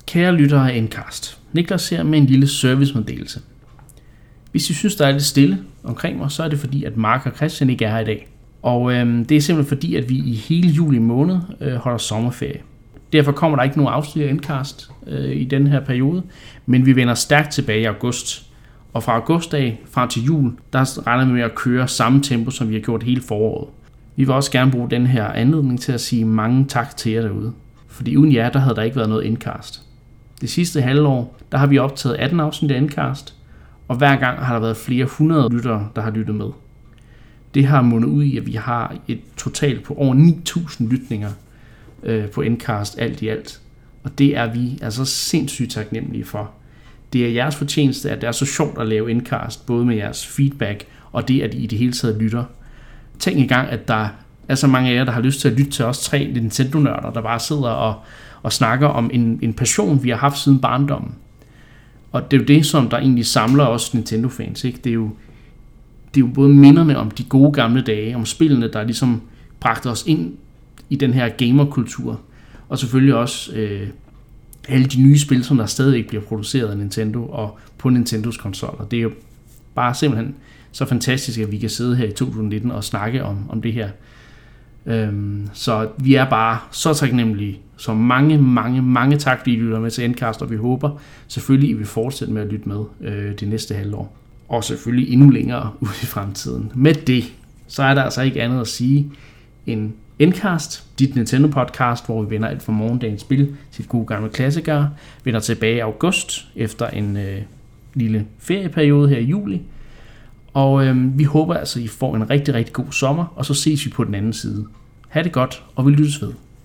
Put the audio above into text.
Kære lyttere af Endcast, Niklas her med en lille servicemeddelelse. Hvis I synes, der er lidt stille omkring mig, så er det fordi, at Mark og Christian ikke er her i dag. Og det er simpelthen fordi, at vi i hele juli måned holder sommerferie. Derfor kommer der ikke nogen afsnit af Endcast i den her periode, men vi vender stærkt tilbage i august. Og fra august af frem til jul, der regner vi med at køre samme tempo, som vi har gjort hele foråret. Vi vil også gerne bruge den her anledning til at sige mange tak til jer derude. Fordi uden jer, der havde der ikke været noget Endcast. Det sidste halvår, der har vi optaget 18 afsnit af Endcast, og hver gang har der været flere 100 lyttere, der har lyttet med. Det har mundet ud i, at vi har et total på over 9.000 lytninger på Endcast alt i alt. Og det er vi altså sindssygt taknemmelige for. Det er jeres fortjeneste, at det er så sjovt at lave Endcast, både med jeres feedback og det, at I i det hele taget lytter. Tænk engang, at der er så mange af jer, der har lyst til at lytte til os 3 Nintendo-nørder, der bare sidder og snakker om en passion, vi har haft siden barndommen. Og det er jo det, som der egentlig samler os Nintendo-fans, ikke? Det er jo både minderne om de gode gamle dage, om spillene, der ligesom bragte os ind i den her gamerkultur, og selvfølgelig også alle de nye spil, som der stadig bliver produceret af Nintendo og på Nintendos konsoller. Det er jo bare simpelthen så fantastisk, at vi kan sidde her i 2019 og snakke om det her. Så vi er bare så taknemmelige. Så mange tak, fordi I lytter med til Endcast, og vi håber selvfølgelig, I vil fortsætte med at lytte med det næste halvår. Og selvfølgelig endnu længere ude i fremtiden. Med det, så er der altså ikke andet at sige end Endcast, dit Nintendo-podcast, hvor vi vender alt fra morgendagens spil til gode gamle klassikere, vender tilbage i august efter en lille ferieperiode her i juli. Og vi håber altså, I får en rigtig, rigtig god sommer, og så ses vi på den anden side. Ha' det godt, og vi lyttes ved.